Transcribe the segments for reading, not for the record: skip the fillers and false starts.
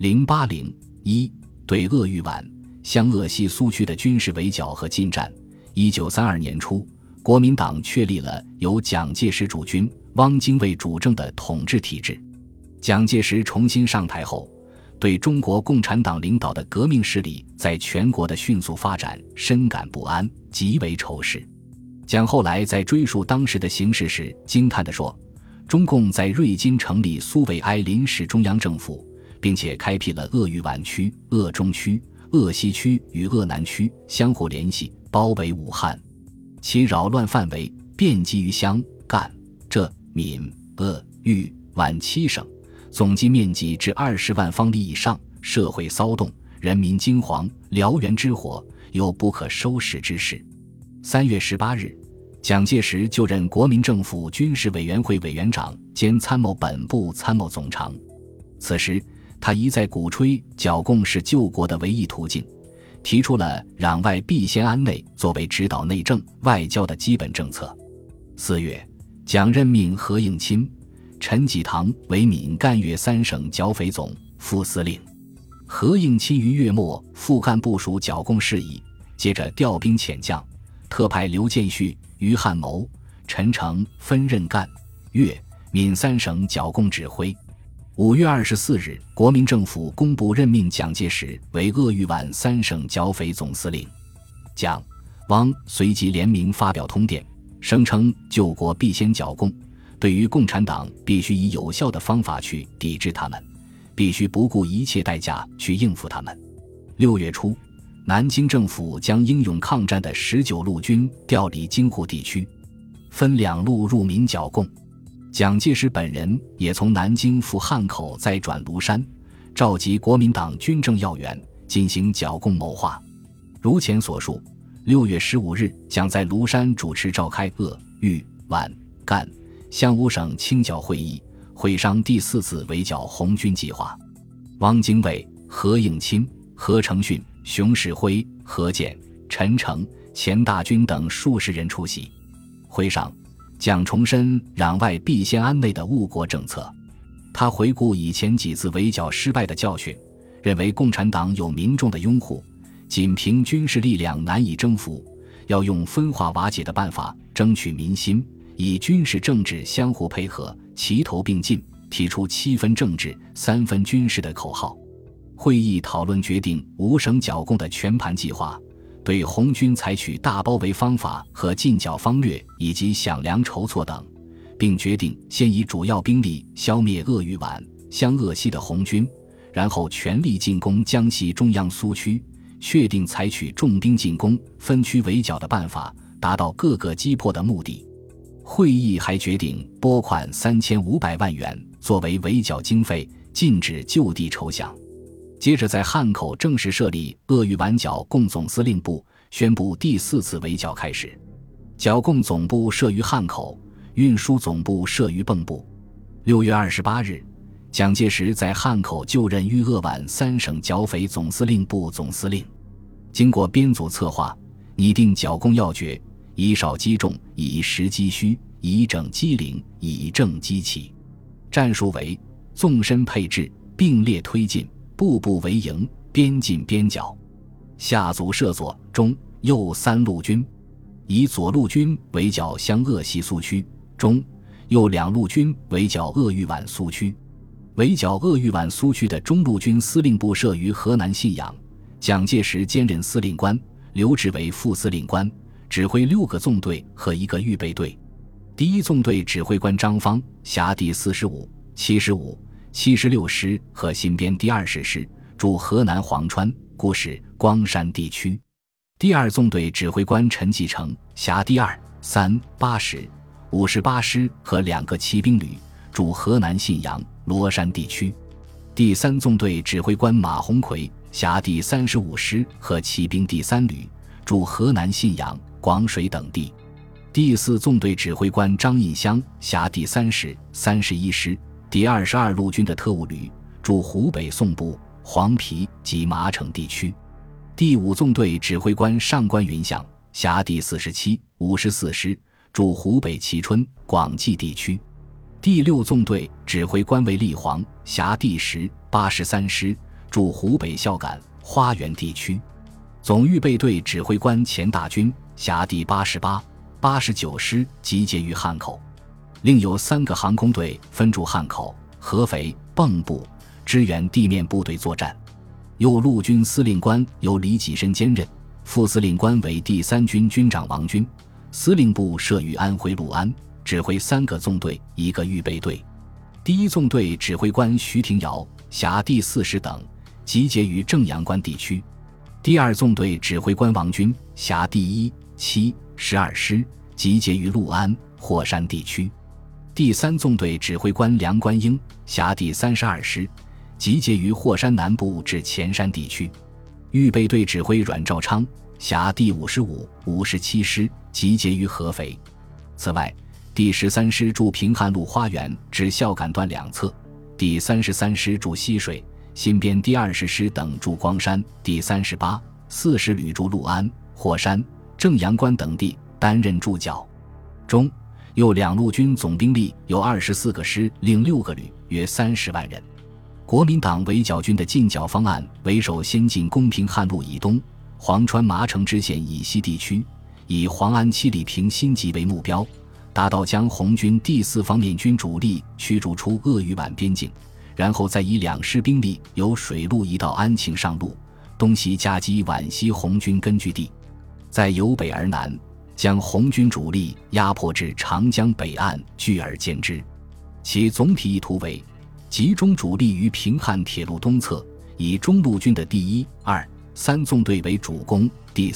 0801对鄂豫皖、湘鄂西苏区的军事围剿和进战。1932年初，国民党确立了由蒋介石主军、汪精卫主政的统治体制。蒋介石重新上台后，对中国共产党领导的革命势力在全国的迅速发展深感不安，极为仇视。蒋后来在追溯当时的形势时惊叹地说，中共在瑞金成立苏维埃临时中央政府，并且开辟了鄂豫皖区、鄂中区、鄂西区与鄂南区相互联系，包围武汉。其扰乱范围遍及于湘、赣、浙、闽、鄂、豫、皖7省，总计面积至20万方里以上，社会骚动，人民惊惶，燎原之火，有不可收拾之势。3月18日，蒋介石就任国民政府军事委员会委员长兼参谋本部参谋总长。此时他一再鼓吹剿共是救国的唯一途径，提出了攘外必先安内作为指导内政外交的基本政策。4月，蒋任命何应钦、陈济棠为闽赣粤3省剿匪总副司令。何应钦于月末复干部署剿共事宜，接着调兵遣将，特派刘建绪、于汉谋、陈诚分任赣、粤、闽3省剿共指挥。5月24日，国民政府公布任命蒋介石为鄂豫皖3省剿匪总司令。蒋、汪随即联名发表通电，声称救国必先剿共，对于共产党必须以有效的方法去抵制他们，必须不顾一切代价去应付他们。6月初，南京政府将英勇抗战的19路军调离京沪地区，分2路入闽剿共。蒋介石本人也从南京赴汉口，再转庐山，召集国民党军政要员进行剿共谋划。如前所述，6月15日将在庐山主持召开鄂、豫、皖、赣、湘5省清剿会议，会商第4次围剿红军计划。汪精卫、何应钦、何成训、熊式辉、何健、陈诚、钱大钧等数十人出席。会上，蒋重申攘外必先安内的误国政策。他回顾以前几次围剿失败的教训，认为共产党有民众的拥护，仅凭军事力量难以征服，要用分化瓦解的办法争取民心，以军事政治相互配合，齐头并进，提出7分政治3分军事的口号。会议讨论决定5省剿共的全盘计划，对红军采取大包围方法和进剿方略以及饷粮筹措等，并决定先以主要兵力消灭鄂豫皖、湘鄂西的红军，然后全力进攻江西中央苏区，确定采取重兵进攻、分区围剿的办法，达到各个击破的目的。会议还决定拨款3500万元作为围剿经费，禁止就地筹饷。接着在汉口正式设立鄂豫皖剿共总司令部，宣布第4次围剿开始。剿共总部设于汉口，运输总部设于蚌埠。6月28日，蒋介石在汉口就任豫鄂皖3省剿匪总司令部总司令。经过编组策划，拟定剿共要诀，以少击众，以实击虚，以整击零，以正击起。战术为纵深配置，并列推进，步步为营，边进边剿。下组设左、中、右3路军，以左路军围剿湘鄂西苏区，中、右2路军围剿鄂豫皖苏区。围剿鄂豫皖苏区的中路军司令部设于河南信阳，蒋介石兼任司令官，刘峙为副司令官，指挥6个纵队和1个预备队。第一纵队指挥官张方辖第45、75、76师和新编第20师，驻河南潢川、固始、光山地区。第二纵队指挥官陈济诚辖第2、3、80、58师和2个骑兵旅，驻河南信阳、罗山地区。第三纵队指挥官马鸿逵辖第35师和骑兵第3旅，驻河南信阳、广水等地。第四纵队指挥官张印湘辖第30、31师、第22路军的特务旅，驻湖北宋部、黄陂及麻城地区。第五纵队指挥官上官云相辖第47、54师，驻湖北蕲春、广济地区。第六纵队指挥官为厉煌辖第10、83师， 驻湖北孝感、花原地区。总预备队指挥官钱大钧辖第88、89师集结于汉口，另有3个航空队分驻汉口、合肥、蚌埠，支援地面部队作战。右陆军司令官由李济深兼任，副司令官为第3军军长王军，司令部设于安徽六安，指挥3个纵队1个预备队。第1纵队指挥官徐廷瑶辖第4师等，集结于正阳关地区。第2纵队指挥官王军辖第1、7、12师，集结于六安、霍山地区。第3纵队指挥官梁观英辖第32师，集结于霍山南部至前山地区。预备队指挥阮兆昌辖第55、57师，集结于合肥。此外，第13师驻平汉路花园至孝感段两侧，第33师驻西水、新编第20师等驻光山，第38、4师旅驻六安、霍山、正阳关等地，担任驻剿。中右两路军总兵力有24个师，另6个旅，约30万人。国民党围剿军的进剿方案为首先进攻平汉路以东、黄川麻城支线以西地区，以黄安七里坪新集为目标，达到将红军第4方面军主力驱逐出鄂豫皖边境，然后再以2师兵力由水路移到安庆上路，东西夹击皖西红军根据地，再由北而南将红军主力压迫至长江北岸，聚而歼之。其总体意图为集中主力于平汉铁路东侧，以中路军的第1、2、3纵队为主攻，第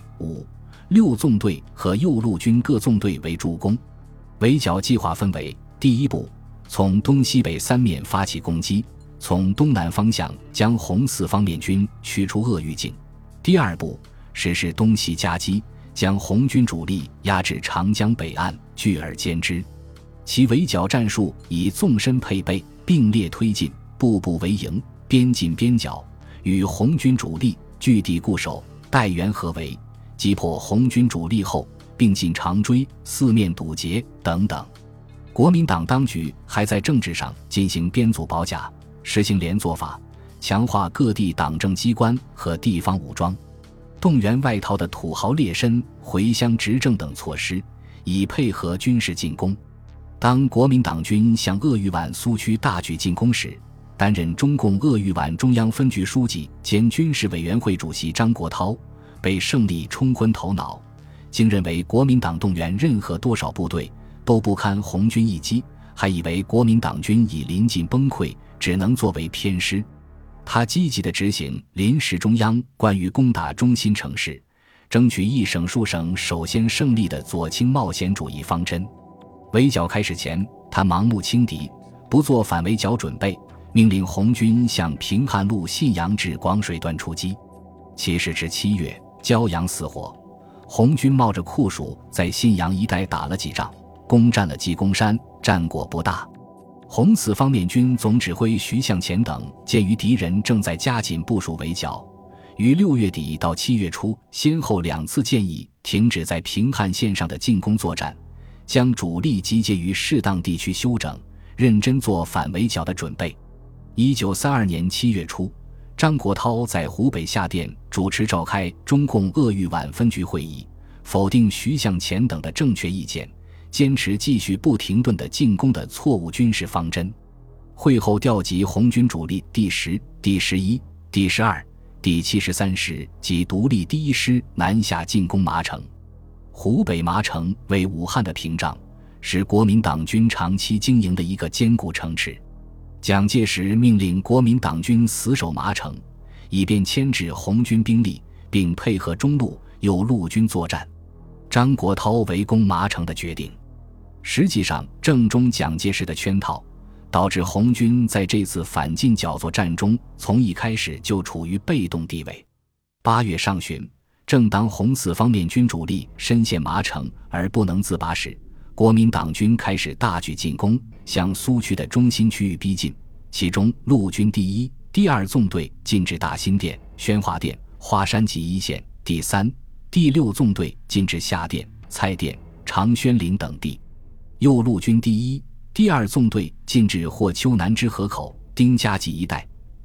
4、5、6纵队和右路军各纵队为助攻。围剿计划分为：第1步，从东西北3面发起攻击，从东南方向将红4方面军驱出鄂豫境；第2步，实施东西夹击，将红军主力压至长江北岸，聚而歼之。其围剿战术以纵深配备，并列推进，步步为营，边进边剿，与红军主力据地固守，待援合围，击破红军主力后并进长追，四面堵截等等。国民党当局还在政治上进行编组保甲，实行连坐法，强化各地党政机关和地方武装，动员外逃的土豪劣绅回乡执政等措施，以配合军事进攻。当国民党军向鄂豫皖苏区大举进攻时，担任中共鄂豫皖中央分局书记兼军事委员会主席张国焘被胜利冲昏头脑，竟认为国民党动员任何多少部队都不堪红军一击，还以为国民党军已临近崩溃，只能作为偏师。他积极地执行临时中央关于攻打中心城市，争取一省数省首先胜利的左倾冒险主义方针。围剿开始前，他盲目轻敌，不做反围剿准备，命令红军向平汉路信阳至广水段出击。7日至7月，骄阳似火，红军冒着酷暑在信阳一带打了几仗，攻占了鸡公山，战果不大。红4方面军总指挥徐向前等鉴于敌人正在加紧部署围剿，于6月底到7月初先后2次建议停止在平汉线上的进攻作战，将主力集结于适当地区休整，认真做反围剿的准备。1932年7月初，张国焘在湖北下店主持召开中共鄂豫皖分局会议，否定徐向前等的正确意见，坚持继续不停顿的进攻的错误军事方针。会后调集红军主力第10、第11、第12、第73师及独立第1师南下进攻麻城。湖北麻城为武汉的屏障，是国民党军长期经营的一个坚固城池。蒋介石命令国民党军死守麻城，以便牵制红军兵力，并配合中路、右路军作战。张国焘围攻麻城的决定，实际上正中蒋介石的圈套，导致红军在这次反进剿作战中从一开始就处于被动地位。8月上旬，正当红4方面军主力深陷麻城而不能自拔时，国民党军开始大举进攻，向苏区的中心区域逼近。其中陆军第1、第2纵队进至大兴店、宣化店、花山及一线，第3、第6纵队进至下店、蔡店、长宣陵等地。右路军第1、第2纵队进至霍丘南支河口、丁家集一带，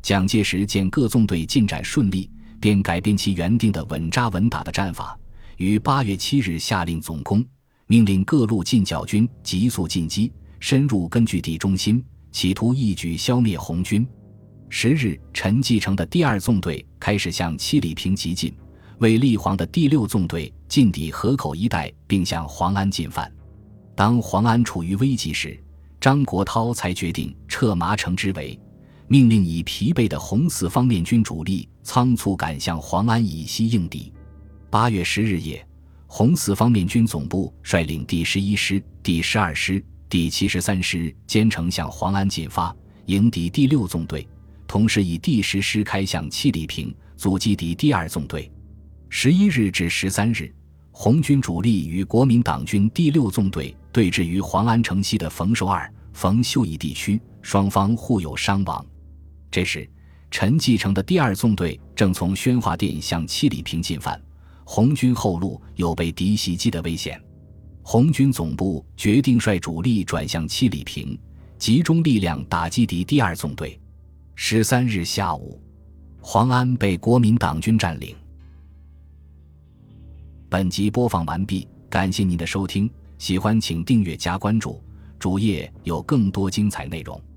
蒋介石见各纵队进展顺利，便改变其原定的稳扎稳打的战法，于8月7日下令总攻，命令各路进剿军急速进击，深入根据地中心，企图一举消灭红军。10日，陈继承的第2纵队开始向七里坪急进，为立煌的第6纵队进抵河口一带，并向黄安进犯。当黄安处于危急时，张国焘才决定撤麻城之围，命令已疲惫的红四方面军主力仓促赶向黄安以西应敌。8月10日夜，红四方面军总部率领第11师、第12师、第73师兼程向黄安进发，迎敌第6纵队，同时以第10师开向七里坪，阻击敌第2纵队。11日至13日，红军主力与国民党军第6纵队对峙于黄安城西的冯寿二、冯秀义地区，双方互有伤亡。这时，陈继承的第2纵队正从宣化店向七里坪进犯，红军后路有被敌袭击的危险。红军总部决定率主力转向七里坪，集中力量打击敌第2纵队。13日下午，黄安被国民党军占领。本集播放完毕，感谢您的收听，喜欢请订阅加关注，主页有更多精彩内容。